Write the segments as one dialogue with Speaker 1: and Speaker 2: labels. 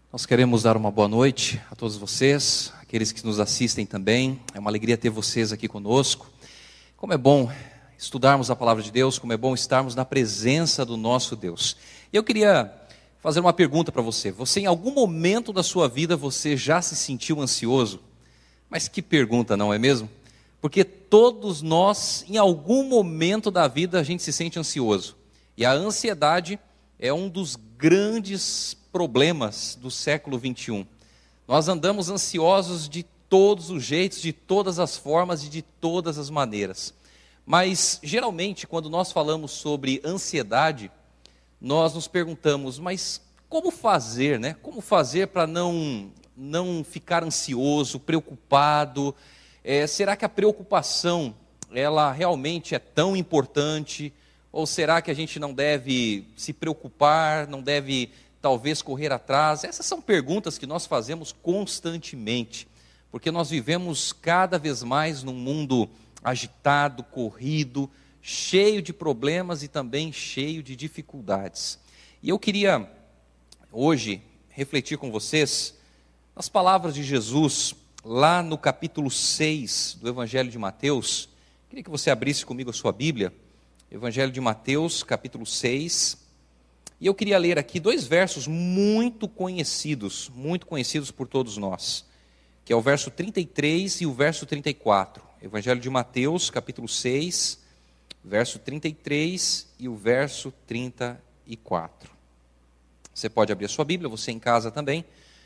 Speaker 1: Nós queremos dar uma boa noite a todos vocês, aqueles que nos assistem também. É uma alegria ter vocês aqui conosco. Como é bom estudarmos a palavra de Deus, como é bom estarmos na presença do nosso Deus. E eu queria fazer uma pergunta para você. Você, em algum momento da sua vida, você já se sentiu ansioso? Mas que pergunta, não é mesmo? Porque todos nós, em algum momento da vida, a gente se sente ansioso. E a ansiedade é um dos grandes problemas do século 21. Nós andamos ansiosos de todos os jeitos, de todas as formas e de todas as maneiras. Mas, geralmente, quando nós falamos sobre ansiedade, nós nos perguntamos, mas como fazer, né? Como fazer para não ficar ansioso, preocupado? Será que a preocupação, ela realmente é tão importante? Ou será que a gente não deve se preocupar, não deve talvez correr atrás? Essas são perguntas que nós fazemos constantemente, porque nós vivemos cada vez mais num mundo agitado, corrido, cheio de problemas e também cheio de dificuldades. E eu queria hoje refletir com vocês as palavras de Jesus, lá no capítulo 6 do Evangelho de Mateus. Queria que você abrisse comigo a sua Bíblia, Evangelho de Mateus, capítulo 6, e eu queria ler aqui dois versos muito conhecidos por todos nós, que é o verso 33 e o verso 34. Evangelho de Mateus, capítulo 6, verso 33 e o verso 34. Você pode abrir a sua Bíblia, você em casa também,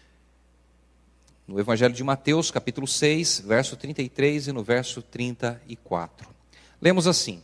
Speaker 1: no Evangelho de Mateus, capítulo 6, verso 33 e no verso 34. Lemos assim: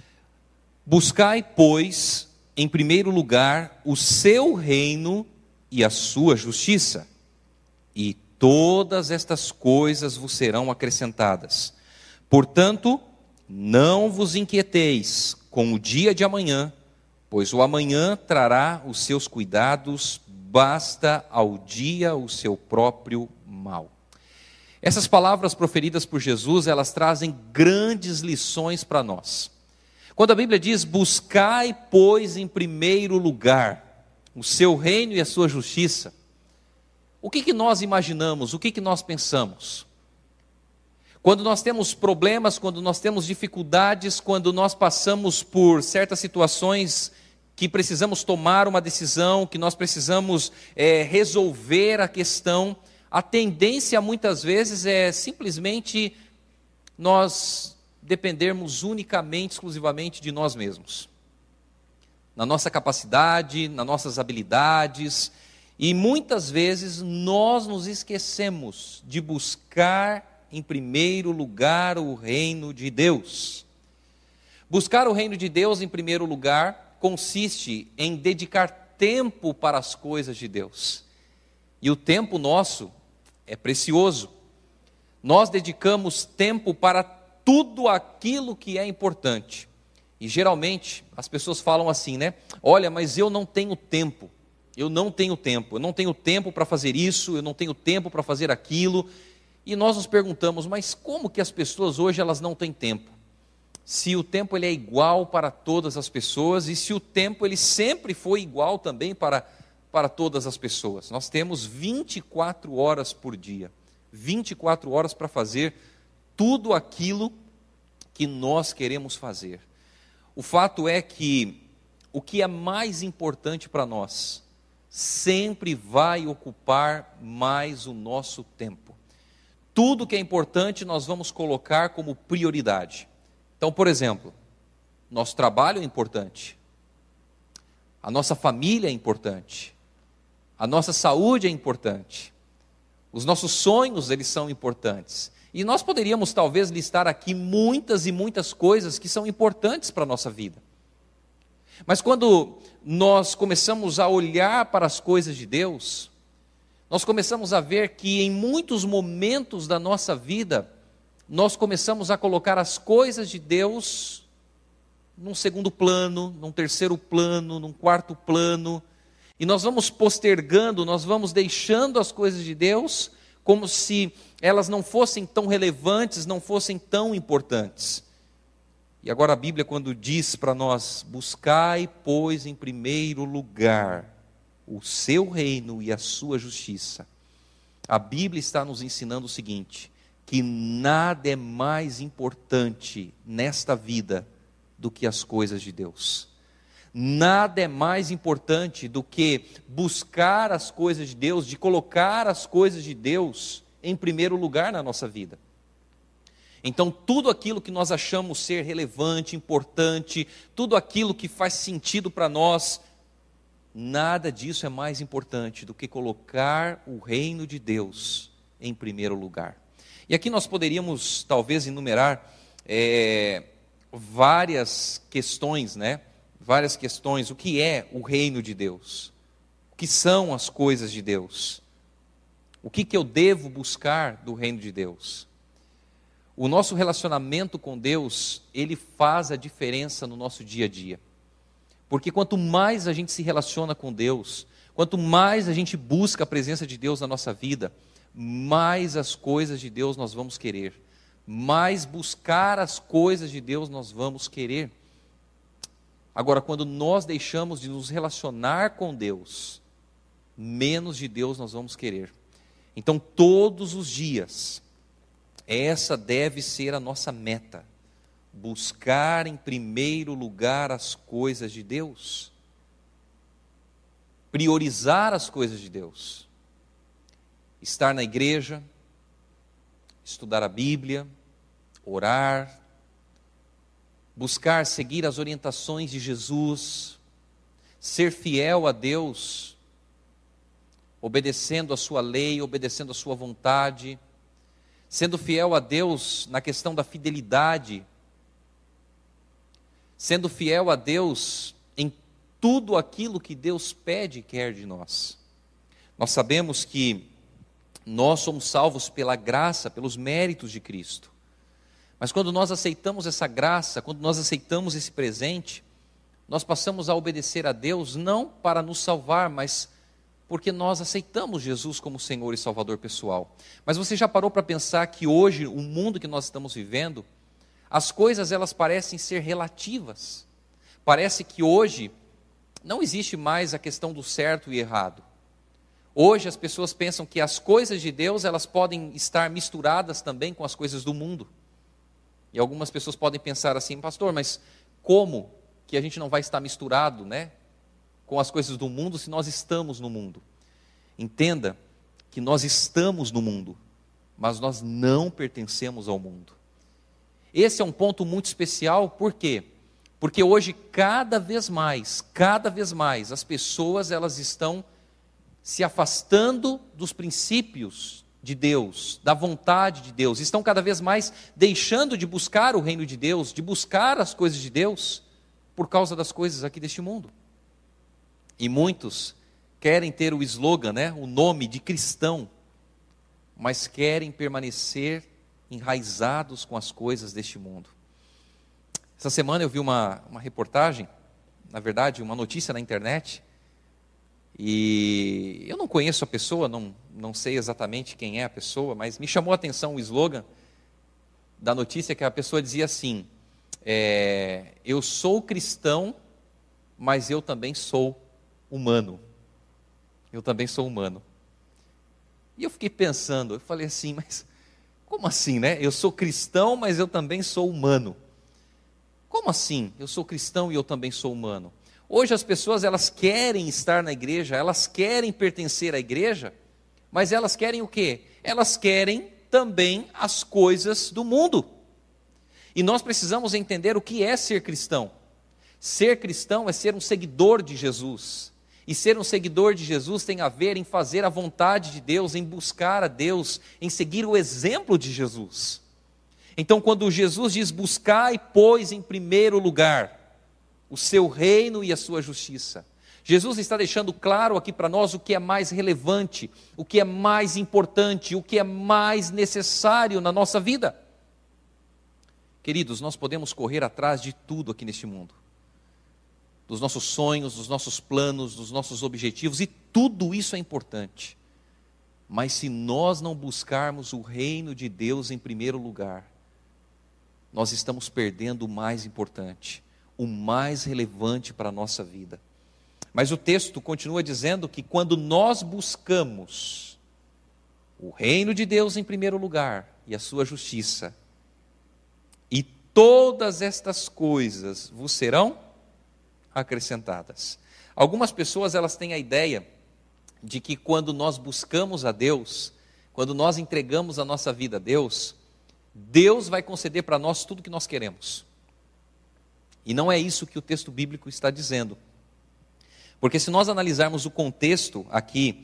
Speaker 1: Buscai, pois, em primeiro lugar, o seu reino e a sua justiça, e todas estas coisas vos serão acrescentadas. Portanto, não vos inquieteis com o dia de amanhã, pois o amanhã trará os seus cuidados, basta ao dia o seu próprio mal. Essas palavras proferidas por Jesus, elas trazem grandes lições para nós. Quando a Bíblia diz, buscai, pois, em primeiro lugar o seu reino e a sua justiça, o que nós imaginamos, o que nós pensamos? Quando nós temos problemas, quando nós temos dificuldades, quando nós passamos por certas situações que precisamos tomar uma decisão, que nós precisamos resolver a questão, a tendência muitas vezes é simplesmente nós dependermos unicamente, exclusivamente de nós mesmos, na nossa capacidade, nas nossas habilidades, e muitas vezes nós nos esquecemos de buscar em primeiro lugar o reino de Deus. Buscar o reino de Deus em primeiro lugar consiste em dedicar tempo para as coisas de Deus, e o tempo nosso é precioso. Nós dedicamos tempo para tudo aquilo que é importante. E geralmente as pessoas falam assim, né? Olha, mas eu não tenho tempo. Eu não tenho tempo para fazer isso, eu não tenho tempo para fazer aquilo. E nós nos perguntamos, mas como que as pessoas hoje elas não têm tempo? Se o tempo ele é igual para todas as pessoas e se o tempo ele sempre foi igual também para todas as pessoas. Nós temos 24 horas por dia. 24 horas para fazer tudo aquilo que nós queremos fazer. O fato é que o que é mais importante para nós sempre vai ocupar mais o nosso tempo. Tudo que é importante nós vamos colocar como prioridade. Então, por exemplo, nosso trabalho é importante, a nossa família é importante, a nossa saúde é importante, os nossos sonhos eles são importantes. E nós poderíamos talvez listar aqui muitas e muitas coisas que são importantes para a nossa vida. Mas quando nós começamos a olhar para as coisas de Deus, nós começamos a ver que em muitos momentos da nossa vida, nós começamos a colocar as coisas de Deus num segundo plano, num terceiro plano, num quarto plano, e nós vamos postergando, nós vamos deixando as coisas de Deus como se elas não fossem tão relevantes, não fossem tão importantes. E agora a Bíblia, quando diz para nós, buscai, pois, em primeiro lugar o seu reino e a sua justiça. A Bíblia está nos ensinando o seguinte, que nada é mais importante nesta vida do que as coisas de Deus. Nada é mais importante do que buscar as coisas de Deus, de colocar as coisas de Deus em primeiro lugar na nossa vida. Então, tudo aquilo que nós achamos ser relevante, importante, tudo aquilo que faz sentido para nós, nada disso é mais importante do que colocar o reino de Deus em primeiro lugar. E aqui nós poderíamos, talvez, enumerar várias questões, né? Várias questões. O que é o reino de Deus? O que são as coisas de Deus? O que eu devo buscar do reino de Deus? O nosso relacionamento com Deus, ele faz a diferença no nosso dia a dia. Porque quanto mais a gente se relaciona com Deus, quanto mais a gente busca a presença de Deus na nossa vida, mais as coisas de Deus nós vamos querer. Mais buscar as coisas de Deus nós vamos querer. Agora, quando nós deixamos de nos relacionar com Deus, menos de Deus nós vamos querer. Então, todos os dias, essa deve ser a nossa meta. Buscar em primeiro lugar as coisas de Deus. Priorizar as coisas de Deus. Estar na igreja, estudar a Bíblia, orar, buscar seguir as orientações de Jesus, ser fiel a Deus, obedecendo a sua lei, obedecendo a sua vontade, sendo fiel a Deus na questão da fidelidade, sendo fiel a Deus em tudo aquilo que Deus pede e quer de nós. Nós sabemos que nós somos salvos pela graça, pelos méritos de Cristo. Mas quando nós aceitamos essa graça, quando nós aceitamos esse presente, nós passamos a obedecer a Deus não para nos salvar, mas porque nós aceitamos Jesus como Senhor e Salvador pessoal. Mas você já parou para pensar que hoje, o mundo que nós estamos vivendo, as coisas elas parecem ser relativas. Parece que hoje não existe mais a questão do certo e errado. Hoje as pessoas pensam que as coisas de Deus elas podem estar misturadas também com as coisas do mundo. E algumas pessoas podem pensar assim, pastor, mas como que a gente não vai estar misturado, né, com as coisas do mundo se nós estamos no mundo? Entenda que nós estamos no mundo, mas nós não pertencemos ao mundo. Esse é um ponto muito especial, por quê? Porque hoje cada vez mais, as pessoas elas estão se afastando dos princípios de Deus, da vontade de Deus, estão cada vez mais deixando de buscar o reino de Deus, de buscar as coisas de Deus, por causa das coisas aqui deste mundo. E muitos querem ter o slogan, né, o nome de cristão, mas querem permanecer enraizados com as coisas deste mundo. Essa semana eu vi uma reportagem, na verdade, uma notícia na internet, e eu não conheço a pessoa, não sei exatamente quem é a pessoa, mas me chamou a atenção o slogan da notícia, que a pessoa dizia assim, eu sou cristão, mas eu também sou humano. Eu também sou humano. E eu fiquei pensando, eu falei assim, mas como assim, né? Eu sou cristão, mas eu também sou humano. Como assim? Eu sou cristão e eu também sou humano. Hoje as pessoas elas querem estar na igreja, elas querem pertencer à igreja, mas elas querem o quê? Elas querem também as coisas do mundo. E nós precisamos entender o que é ser cristão. Ser cristão é ser um seguidor de Jesus. E ser um seguidor de Jesus tem a ver em fazer a vontade de Deus, em buscar a Deus, em seguir o exemplo de Jesus. Então, quando Jesus diz, buscai, pois, em primeiro lugar, o seu reino e a sua justiça, Jesus está deixando claro aqui para nós o que é mais relevante, o que é mais importante, o que é mais necessário na nossa vida. Queridos, nós podemos correr atrás de tudo aqui neste mundo. Dos nossos sonhos, dos nossos planos, dos nossos objetivos, e tudo isso é importante. Mas se nós não buscarmos o reino de Deus em primeiro lugar, nós estamos perdendo o mais importante, o mais relevante para a nossa vida. Mas o texto continua dizendo que quando nós buscamos o reino de Deus em primeiro lugar e a sua justiça, e todas estas coisas vos serão acrescentadas. Algumas pessoas, elas têm a ideia de que quando nós buscamos a Deus, quando nós entregamos a nossa vida a Deus, Deus vai conceder para nós tudo que nós queremos. E não é isso que o texto bíblico está dizendo. Porque se nós analisarmos o contexto aqui,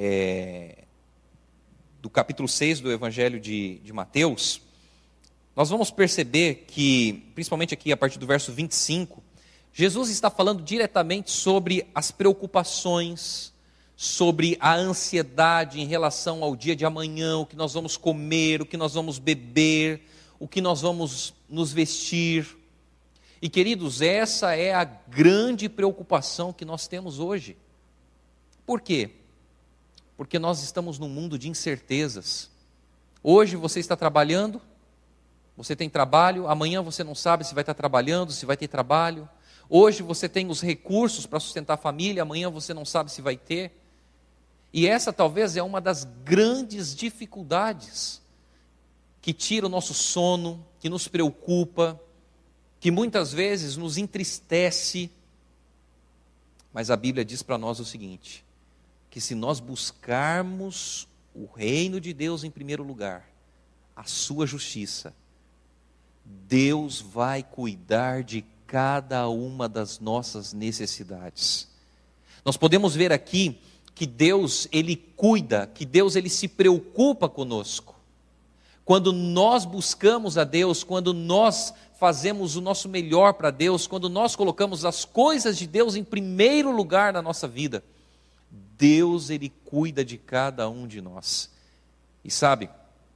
Speaker 1: do capítulo 6 do Evangelho de Mateus, nós vamos perceber que, principalmente aqui a partir do verso 25, Jesus está falando diretamente sobre as preocupações, sobre a ansiedade em relação ao dia de amanhã, o que nós vamos comer, o que nós vamos beber, o que nós vamos nos vestir. E queridos, essa é a grande preocupação que nós temos hoje. Por quê? Porque nós estamos num mundo de incertezas. Hoje você está trabalhando, você tem trabalho, amanhã você não sabe se vai estar trabalhando, se vai ter trabalho. Hoje você tem os recursos para sustentar a família, amanhã você não sabe se vai ter. E essa talvez é uma das grandes dificuldades que tira o nosso sono, que nos preocupa, que muitas vezes nos entristece. Mas a Bíblia diz para nós o seguinte, que se nós buscarmos o reino de Deus em primeiro lugar, a sua justiça, Deus vai cuidar de cada uma das nossas necessidades. Nós podemos ver aqui que Deus, Ele cuida, que Deus, Ele se preocupa conosco. Quando nós buscamos a Deus, quando nós fazemos o nosso melhor para Deus, quando nós colocamos as coisas de Deus em primeiro lugar na nossa vida, Deus, Ele cuida de cada um de nós. E sabe,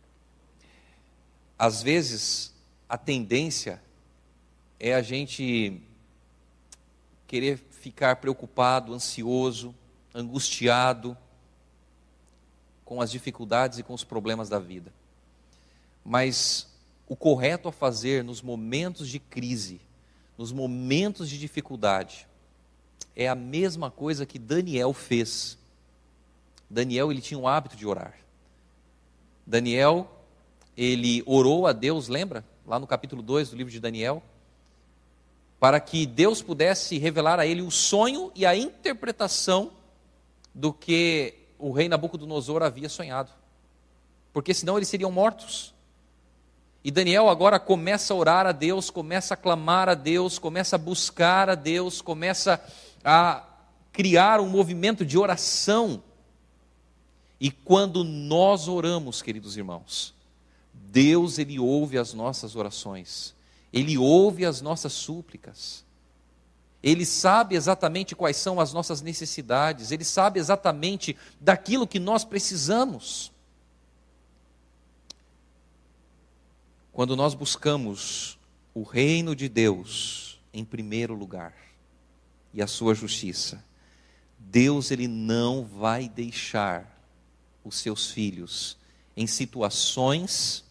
Speaker 1: às vezes a tendência é a gente querer ficar preocupado, ansioso, angustiado com as dificuldades e com os problemas da vida. Mas o correto a fazer nos momentos de crise, nos momentos de dificuldade, é a mesma coisa que Daniel fez. Daniel, ele tinha o hábito de orar. Daniel, ele orou a Deus, lembra? Lá no capítulo 2 do livro de Daniel, para que Deus pudesse revelar a ele o sonho e a interpretação do que o rei Nabucodonosor havia sonhado. Porque senão eles seriam mortos. E Daniel agora começa a orar a Deus, começa a clamar a Deus, começa a buscar a Deus, começa a criar um movimento de oração. E quando nós oramos, queridos irmãos, Deus, Ele ouve as nossas orações, Ele ouve as nossas súplicas, Ele sabe exatamente quais são as nossas necessidades, Ele sabe exatamente daquilo que nós precisamos. Quando nós buscamos o reino de Deus em primeiro lugar e a sua justiça, Deus, Ele não vai deixar os seus filhos em situações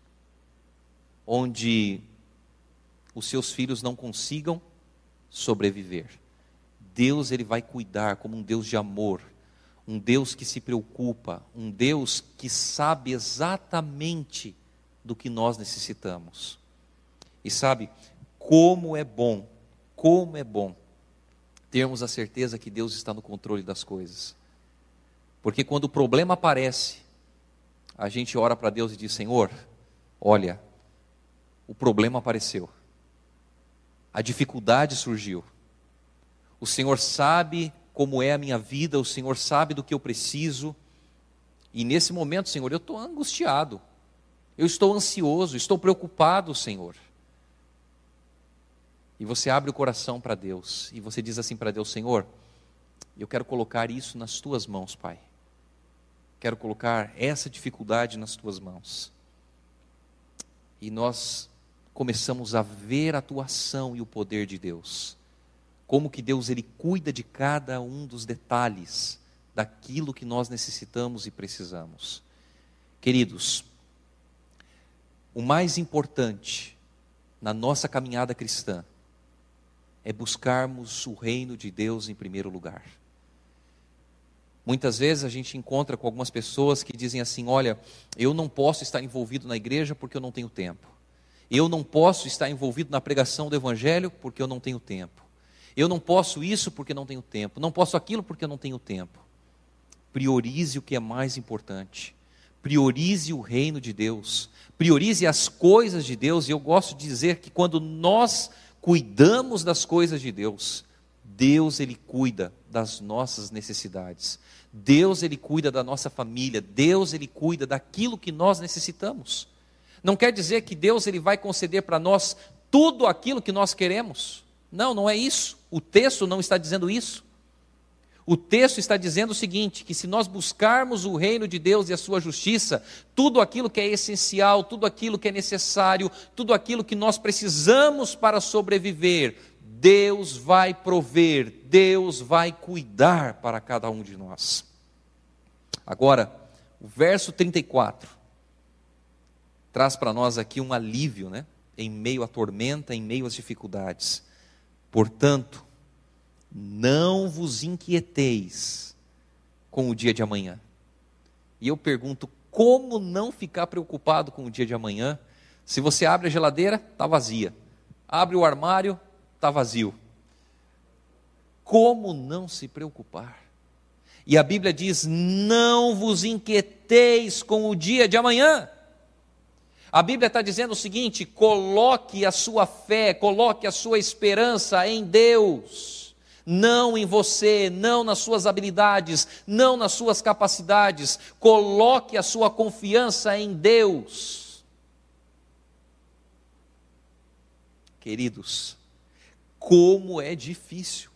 Speaker 1: onde os seus filhos não consigam sobreviver. Deus, Ele vai cuidar como um Deus de amor, um Deus que se preocupa, um Deus que sabe exatamente do que nós necessitamos. E sabe, como é bom termos a certeza que Deus está no controle das coisas. Porque quando o problema aparece, a gente ora para Deus e diz: Senhor, olha, o problema apareceu, a dificuldade surgiu, o Senhor sabe como é a minha vida, o Senhor sabe do que eu preciso, e nesse momento, Senhor, eu estou angustiado, eu estou ansioso, estou preocupado, Senhor. E você abre o coração para Deus, e você diz assim para Deus: Senhor, eu quero colocar isso nas tuas mãos, Pai. Quero colocar essa dificuldade nas tuas mãos. E nós começamos a ver a tua ação e o poder de Deus. Como que Deus, Ele cuida de cada um dos detalhes daquilo que nós necessitamos e precisamos. Queridos, o mais importante na nossa caminhada cristã é buscarmos o reino de Deus em primeiro lugar. Muitas vezes a gente encontra com algumas pessoas que dizem assim: olha, eu não posso estar envolvido na igreja porque eu não tenho tempo. Eu não posso estar envolvido na pregação do evangelho porque eu não tenho tempo. Eu não posso isso porque não tenho tempo. Não posso aquilo porque eu não tenho tempo. Priorize o que é mais importante. Priorize o reino de Deus. Priorize as coisas de Deus. E eu gosto de dizer que quando nós cuidamos das coisas de Deus, Deus ele cuida das nossas necessidades. Deus ele cuida da nossa família. Deus ele cuida daquilo que nós necessitamos. Não quer dizer que Deus ele vai conceder para nós tudo aquilo que nós queremos. Não, não é isso. O texto não está dizendo isso. O texto está dizendo o seguinte, que se nós buscarmos o reino de Deus e a sua justiça, tudo aquilo que é essencial, tudo aquilo que é necessário, tudo aquilo que nós precisamos para sobreviver, Deus vai prover, Deus vai cuidar para cada um de nós. Agora, o verso 34 traz para nós aqui um alívio, né? Em meio à tormenta, em meio às dificuldades. Portanto, não vos inquieteis com o dia de amanhã. E eu pergunto, como não ficar preocupado com o dia de amanhã, se você abre a geladeira, está vazia. Abre o armário, está vazio. Como não se preocupar? E a Bíblia diz, não vos inquieteis com o dia de amanhã. A Bíblia está dizendo o seguinte, coloque a sua fé, coloque a sua esperança em Deus. Não em você, não nas suas habilidades, não nas suas capacidades. Coloque a sua confiança em Deus. Queridos, como é difícil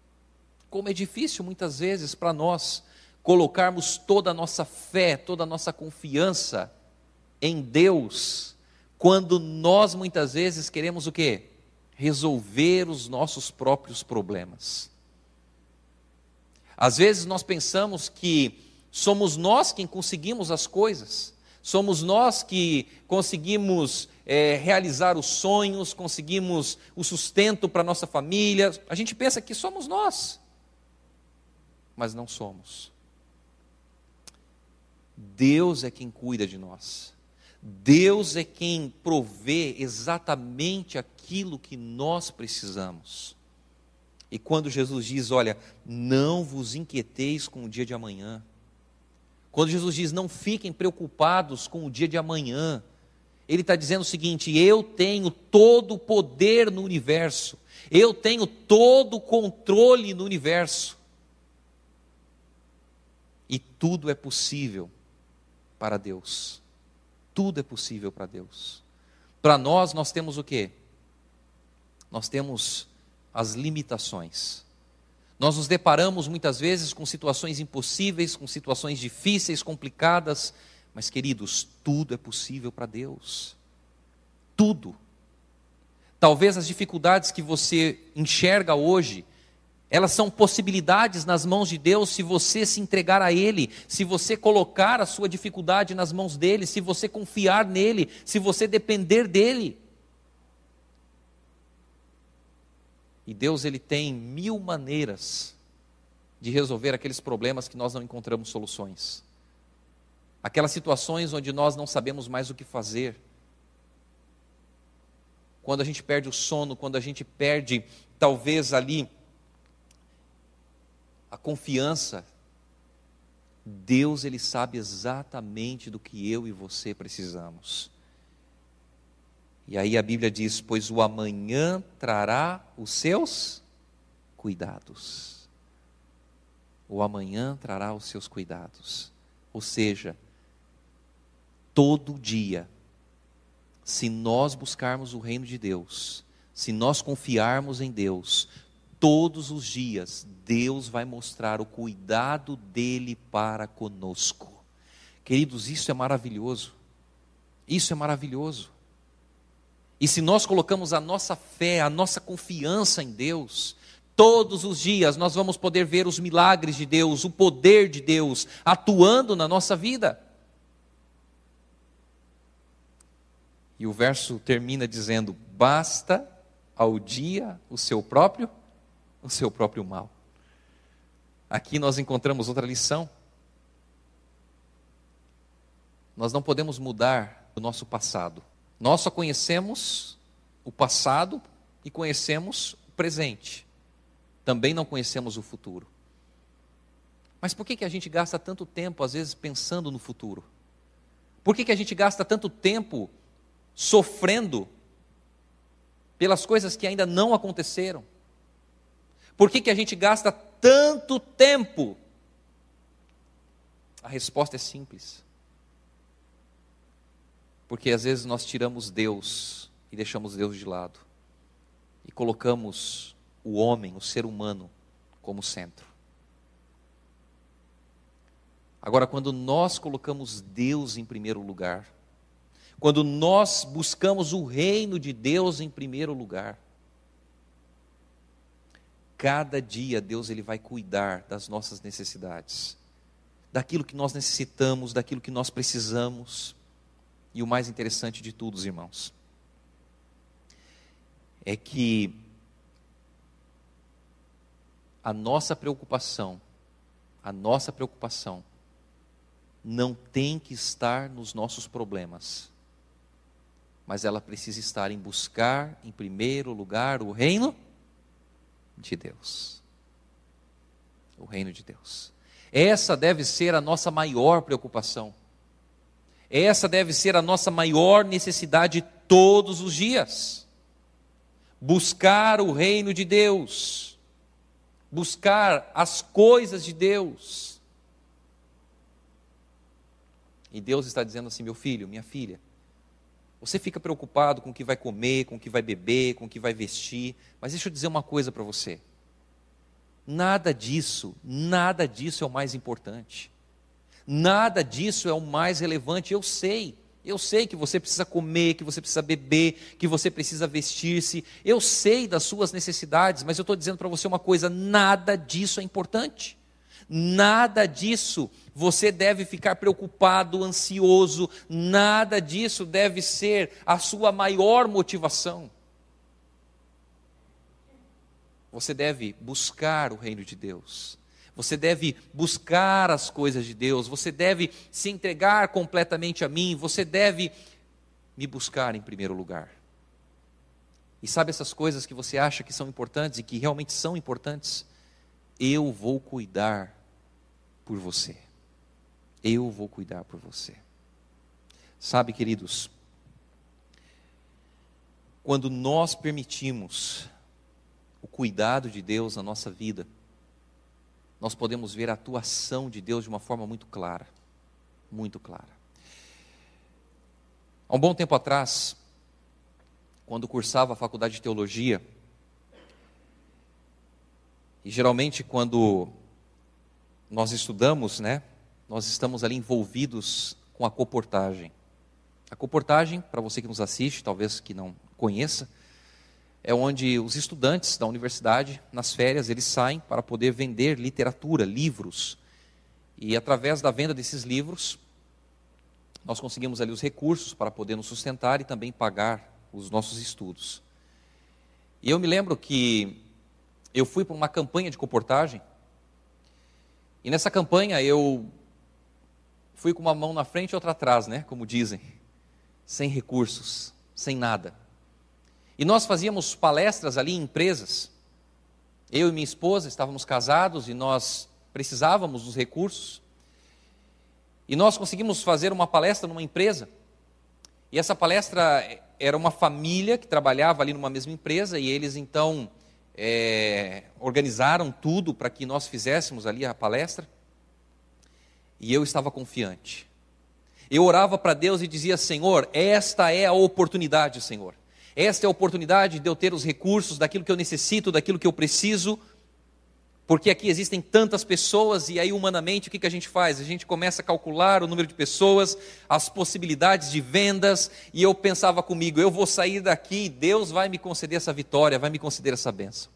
Speaker 1: muitas vezes para nós colocarmos toda a nossa fé, toda a nossa confiança em Deus, quando nós muitas vezes queremos o quê? Resolver os nossos próprios problemas. Às vezes nós pensamos que somos nós quem conseguimos as coisas, somos nós que conseguimos realizar os sonhos, conseguimos o sustento para a nossa família, a gente pensa que somos nós, mas não somos. Deus é quem cuida de nós. Deus é quem provê exatamente aquilo que nós precisamos. E quando Jesus diz, olha, não vos inquieteis com o dia de amanhã. Quando Jesus diz, não fiquem preocupados com o dia de amanhã. Ele está dizendo o seguinte, eu tenho todo o poder no universo. Eu tenho todo o controle no universo. E tudo é possível para Deus. Tudo é possível para Deus. Para nós temos o quê? Nós temos as limitações. Nós nos deparamos muitas vezes com situações impossíveis, com situações difíceis, complicadas, mas queridos, tudo é possível para Deus. Tudo. Talvez as dificuldades que você enxerga hoje, elas são possibilidades nas mãos de Deus se você se entregar a Ele, se você colocar a sua dificuldade nas mãos dEle, se você confiar nele, se você depender dEle. E Deus ele tem 1000 maneiras de resolver aqueles problemas que nós não encontramos soluções. Aquelas situações onde nós não sabemos mais o que fazer. Quando a gente perde o sono, quando a gente perde talvez ali a confiança, Deus ele sabe exatamente do que eu e você precisamos. E aí a Bíblia diz, pois o amanhã trará os seus cuidados. O amanhã trará os seus cuidados. Ou seja, todo dia, se nós buscarmos o reino de Deus, se nós confiarmos em Deus, todos os dias, Deus vai mostrar o cuidado dele para conosco. Queridos, isso é maravilhoso. Isso é maravilhoso. E se nós colocamos a nossa fé, a nossa confiança em Deus, todos os dias nós vamos poder ver os milagres de Deus, o poder de Deus atuando na nossa vida. E o verso termina dizendo, basta ao dia o seu próprio mal. Aqui nós encontramos outra lição. Nós não podemos mudar o nosso passado. Nós só conhecemos o passado e conhecemos o presente. Também não conhecemos o futuro. Mas por que a gente gasta tanto tempo, às vezes, pensando no futuro? Por que a gente gasta tanto tempo sofrendo pelas coisas que ainda não aconteceram? Por que a gente gasta tanto tempo? A resposta é simples. Porque às vezes nós tiramos Deus e deixamos Deus de lado. E colocamos o homem, o ser humano, como centro. Agora, quando nós colocamos Deus em primeiro lugar, quando nós buscamos o reino de Deus em primeiro lugar, cada dia Deus ele vai cuidar das nossas necessidades, daquilo que nós necessitamos, daquilo que nós precisamos. E o mais interessante de tudo, irmãos, é que a nossa preocupação não tem que estar nos nossos problemas, mas ela precisa estar em buscar, em primeiro lugar, o reino de Deus. O reino de Deus. Essa deve ser a nossa maior preocupação. Essa deve ser a nossa maior necessidade todos os dias. Buscar o reino de Deus. Buscar as coisas de Deus. E Deus está dizendo assim: meu filho, minha filha, você fica preocupado com o que vai comer, com o que vai beber, com o que vai vestir, mas deixa eu dizer uma coisa para você. Nada disso é o mais importante. Nada disso é o mais relevante. Eu sei que você precisa comer, que você precisa beber, que você precisa vestir-se. Eu sei das suas necessidades, mas eu estou dizendo para você uma coisa: nada disso é importante. Nada disso você deve ficar preocupado, ansioso. Nada disso deve ser a sua maior motivação. Você deve buscar o reino de Deus. Você deve buscar as coisas de Deus. Você deve se entregar completamente a mim. Você deve me buscar em primeiro lugar. E sabe essas coisas que você acha que são importantes e que realmente são importantes? Eu vou cuidar por você. Eu vou cuidar por você. Sabe, queridos, quando nós permitimos o cuidado de Deus na nossa vida, nós podemos ver a atuação de Deus de uma forma muito clara. Muito clara. Há um bom tempo atrás, quando cursava a faculdade de teologia, e geralmente quando nós estudamos, nós estamos ali envolvidos com a coportagem. A coportagem, para você que nos assiste, talvez que não conheça, é onde os estudantes da universidade, nas férias, eles saem para poder vender literatura, livros. E através da venda desses livros, nós conseguimos ali os recursos para poder nos sustentar e também pagar os nossos estudos. E eu me lembro que eu fui para uma campanha de coportagem, e nessa campanha eu fui com uma mão na frente e outra atrás, como dizem, sem recursos, sem nada. E nós fazíamos palestras ali em empresas. Eu e minha esposa estávamos casados e nós precisávamos dos recursos. E nós conseguimos fazer uma palestra numa empresa. E essa palestra era uma família que trabalhava ali numa mesma empresa, e eles então organizaram tudo para que nós fizéssemos ali a palestra. E eu estava confiante. Eu orava para Deus e dizia: Senhor, esta é a oportunidade, Senhor. Esta é a oportunidade de eu ter os recursos daquilo que eu necessito, daquilo que eu preciso, porque aqui existem tantas pessoas, e aí humanamente o que a gente faz? A gente começa a calcular o número de pessoas, as possibilidades de vendas, e eu pensava comigo: eu vou sair daqui e Deus vai me conceder essa vitória, vai me conceder essa bênção.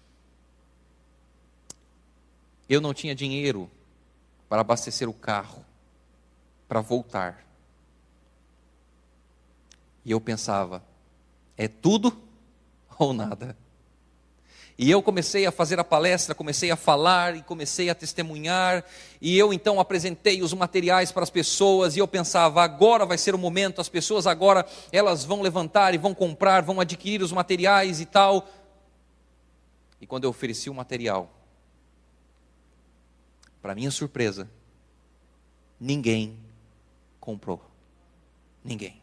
Speaker 1: Eu não tinha dinheiro para abastecer o carro, para voltar. E eu pensava: é tudo ou nada. E eu comecei a fazer a palestra, comecei a falar e comecei a testemunhar. E eu então apresentei os materiais para as pessoas e eu pensava, agora vai ser o momento, as pessoas agora elas vão levantar e vão comprar, vão adquirir os materiais e tal. E quando eu ofereci o material, para minha surpresa, ninguém comprou. Ninguém.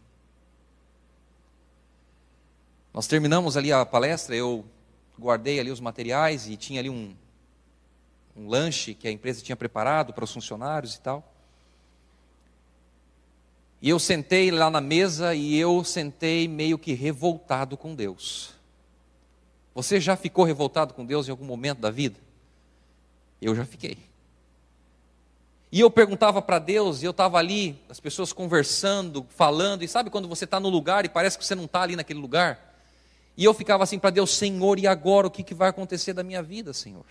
Speaker 1: Nós terminamos ali a palestra, eu guardei ali os materiais e tinha ali um lanche que a empresa tinha preparado para os funcionários e tal. E eu sentei lá na mesa e eu sentei meio que revoltado com Deus. Você já ficou revoltado com Deus em algum momento da vida? Eu já fiquei. E eu perguntava para Deus, e eu estava ali, as pessoas conversando, falando, e sabe quando você está no lugar e parece que você não está ali naquele lugar? E eu ficava assim para Deus, Senhor, e agora o que vai acontecer da minha vida, Senhor?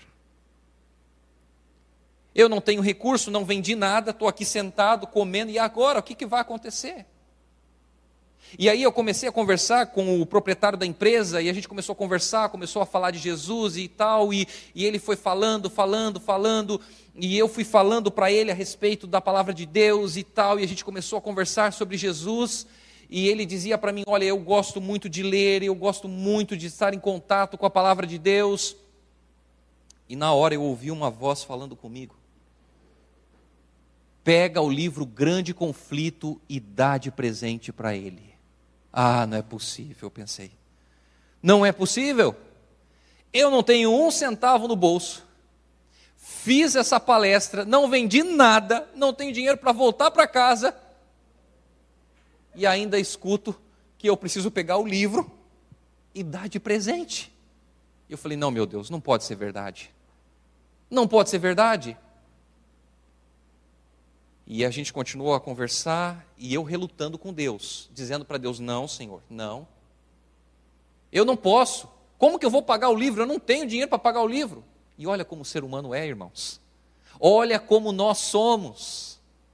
Speaker 1: Eu não tenho recurso, não vendi nada, estou aqui sentado, comendo, e agora o que vai acontecer? E aí eu comecei a conversar com o proprietário da empresa, e a gente começou a conversar, começou a falar de Jesus e tal, e ele foi falando, e eu fui falando para ele a respeito da palavra de Deus e tal, e a gente começou a conversar sobre Jesus, e ele dizia para mim, olha, eu gosto muito de ler, eu gosto muito de estar em contato com a palavra de Deus. E na hora eu ouvi uma voz falando comigo. Pega o livro Grande Conflito e dá de presente para ele. Ah, não é possível, eu pensei. Não é possível? Eu não tenho um centavo no bolso. Fiz essa palestra, não vendi nada, não tenho dinheiro para voltar para casa. E ainda escuto que eu preciso pegar o livro e dar de presente. Eu falei, não, meu Deus, não pode ser verdade. Não pode ser verdade. E a gente continuou a conversar, e eu relutando com Deus, dizendo para Deus, não, Senhor, não. Eu não posso. Como que eu vou pagar o livro? Eu não tenho dinheiro para pagar o livro. E olha como o ser humano é, irmãos. Olha como nós somos.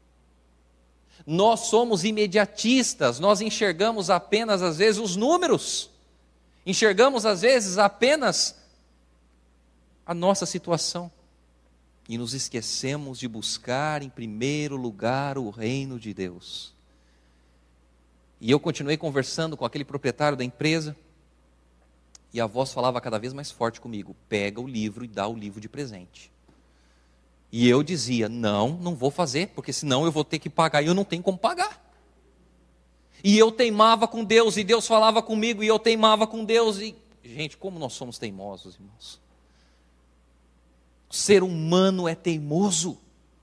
Speaker 1: Nós somos imediatistas, nós enxergamos apenas às vezes os números. Enxergamos às vezes apenas a nossa situação. E nos esquecemos de buscar em primeiro lugar o reino de Deus. E eu continuei conversando com aquele proprietário da empresa, e a voz falava cada vez mais forte comigo, pega o livro e dá o livro de presente. E eu dizia, não vou fazer, porque senão eu vou ter que pagar, e eu não tenho como pagar. E eu teimava com Deus, e Deus falava comigo, e eu teimava com Deus, e gente, como nós somos teimosos, irmãos. O ser humano é teimoso.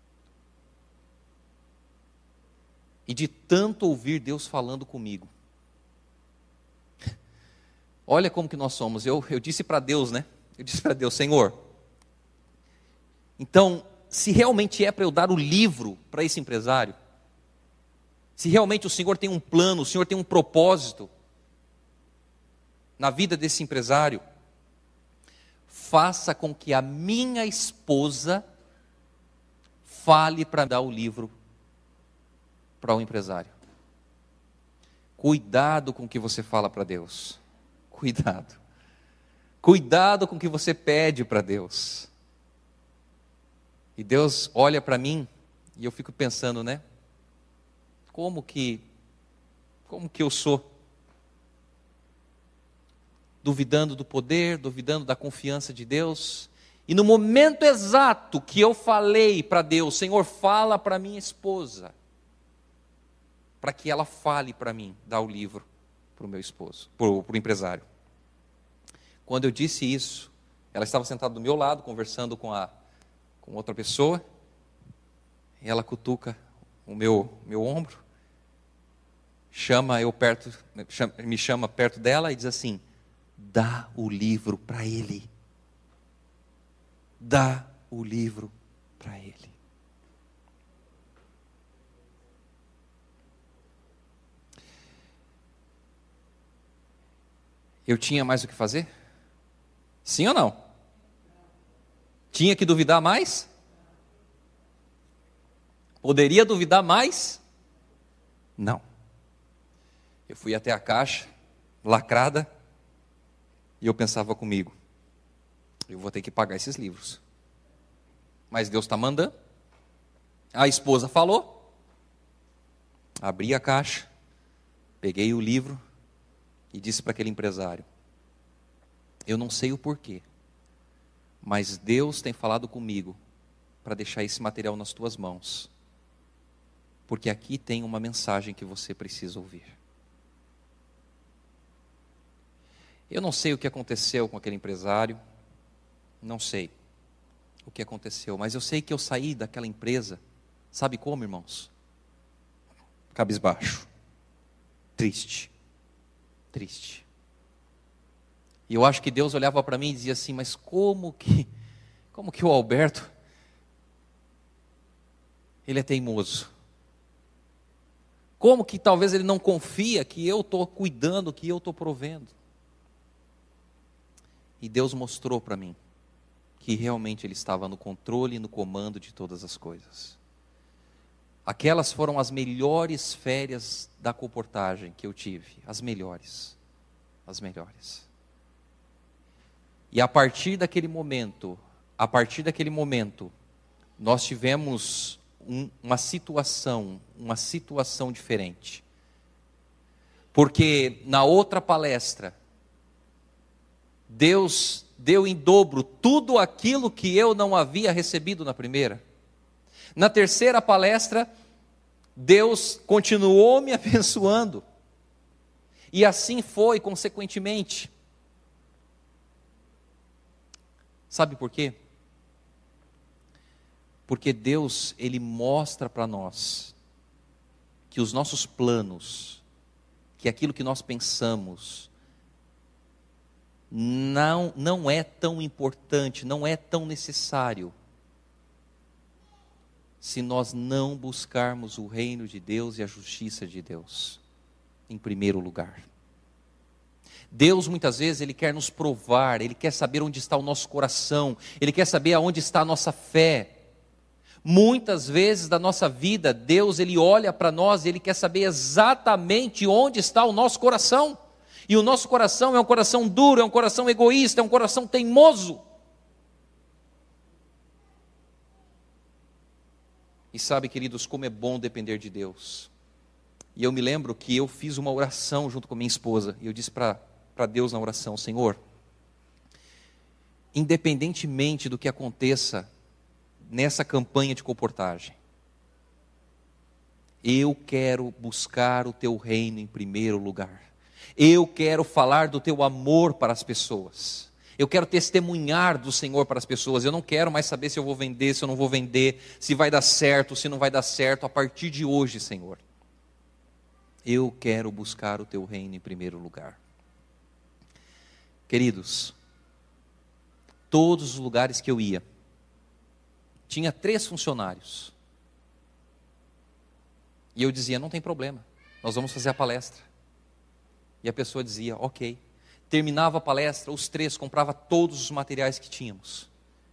Speaker 1: E de tanto ouvir Deus falando comigo. Olha como que nós somos. Eu disse para Deus, né? Eu disse para Deus, Senhor, então, se realmente é para eu dar o livro para esse empresário, se realmente o Senhor tem um plano, o Senhor tem um propósito na vida desse empresário, faça com que a minha esposa fale para dar o livro para o empresário. Cuidado com o que você fala para Deus. Cuidado. Cuidado com o que você pede para Deus. E Deus olha para mim e eu fico pensando, né? Como que eu sou? Duvidando do poder, duvidando da confiança de Deus. E no momento exato que eu falei para Deus, Senhor, fala para minha esposa, para que ela fale para mim, dar o livro para o meu esposo, para o empresário. Quando eu disse isso, ela estava sentada do meu lado, conversando com outra pessoa, e ela cutuca o meu ombro, me chama perto dela e diz assim, dá o livro para ele. Dá o livro para ele. Eu tinha mais o que fazer? Sim ou não? Tinha que duvidar mais? Poderia duvidar mais? Não. Eu fui até a caixa, lacrada, E eu pensava comigo, eu vou ter que pagar esses livros. Mas Deus está mandando. A esposa falou. Abri a caixa, peguei o livro e disse para aquele empresário: eu não sei o porquê, mas Deus tem falado comigo para deixar esse material nas tuas mãos, porque aqui tem uma mensagem que você precisa ouvir. Eu não sei o que aconteceu com aquele empresário, não sei o que aconteceu, mas eu sei que eu saí daquela empresa, sabe como, irmãos? Cabisbaixo, triste. E eu acho que Deus olhava para mim e dizia assim: mas como que o Alberto, ele é teimoso? Como que talvez ele não confia que eu estou cuidando, que eu estou provendo? E Deus mostrou para mim que realmente Ele estava no controle e no comando de todas as coisas. Aquelas foram as melhores férias da colportagem que eu tive, as melhores. E a partir daquele momento, nós tivemos uma situação diferente. Porque na outra palestra, Deus deu em dobro tudo aquilo que eu não havia recebido na primeira. Na terceira palestra, Deus continuou me abençoando. E assim foi, consequentemente. Sabe por quê? Porque Deus, Ele mostra para nós que os nossos planos, que aquilo que nós pensamos, não é tão importante, não é tão necessário, se nós não buscarmos o reino de Deus e a justiça de Deus em primeiro lugar. Deus muitas vezes Ele quer nos provar, Ele quer saber onde está o nosso coração, Ele quer saber aonde está a nossa fé. Muitas vezes da nossa vida, Deus Ele olha para nós e Ele quer saber exatamente onde está o nosso coração. E o nosso coração é um coração duro, é um coração egoísta, é um coração teimoso. E sabe, queridos, como é bom depender de Deus. E eu me lembro que eu fiz uma oração junto com minha esposa, e eu disse para Deus na oração: Senhor, independentemente do que aconteça nessa campanha de colportagem, eu quero buscar o Teu reino em primeiro lugar. Eu quero falar do Teu amor para as pessoas. Eu quero testemunhar do Senhor para as pessoas. Eu não quero mais saber se eu vou vender, se eu não vou vender, se vai dar certo, se não vai dar certo. A partir de hoje, Senhor, eu quero buscar o Teu reino em primeiro lugar. Queridos, todos os lugares que eu ia, tinha 3 funcionários. E eu dizia: não tem problema, nós vamos fazer a palestra. E a pessoa dizia: ok. Terminava a palestra, os 3 compravam todos os materiais que tínhamos.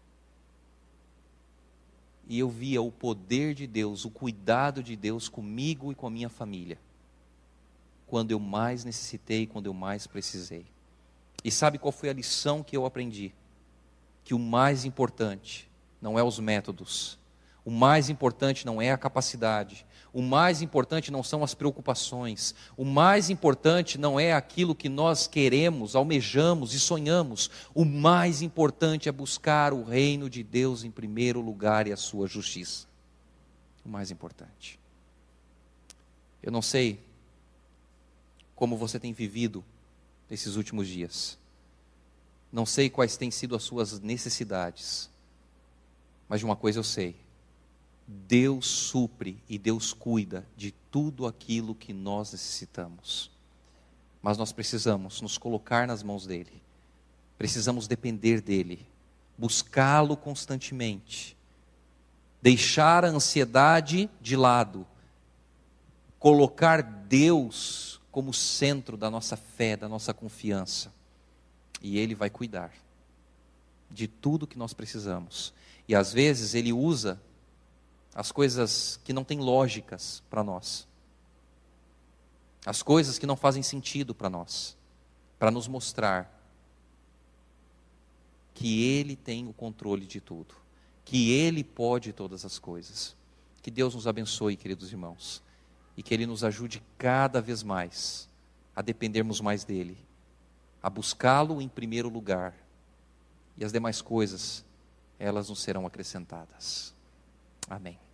Speaker 1: E eu via o poder de Deus, o cuidado de Deus comigo e com a minha família, quando eu mais necessitei, quando eu mais precisei. E sabe qual foi a lição que eu aprendi? Que o mais importante não é os métodos, o mais importante não é a capacidade, o mais importante não são as preocupações, o mais importante não é aquilo que nós queremos, almejamos e sonhamos. O mais importante é buscar o reino de Deus em primeiro lugar e a sua justiça. O mais importante. Eu não sei como você tem vivido nesses últimos dias. Não sei quais têm sido as suas necessidades. Mas de uma coisa eu sei: Deus supre e Deus cuida de tudo aquilo que nós necessitamos. Mas nós precisamos nos colocar nas mãos dEle. Precisamos depender dEle. Buscá-lo constantemente. Deixar a ansiedade de lado. Colocar Deus como centro da nossa fé, da nossa confiança. E Ele vai cuidar de tudo que nós precisamos. E às vezes Ele usa as coisas que não têm lógicas para nós, as coisas que não fazem sentido para nós, para nos mostrar que Ele tem o controle de tudo, que Ele pode todas as coisas. Que Deus nos abençoe, queridos irmãos, e que Ele nos ajude cada vez mais a dependermos mais dEle, a buscá-lo em primeiro lugar, e as demais coisas, elas nos serão acrescentadas. Amém.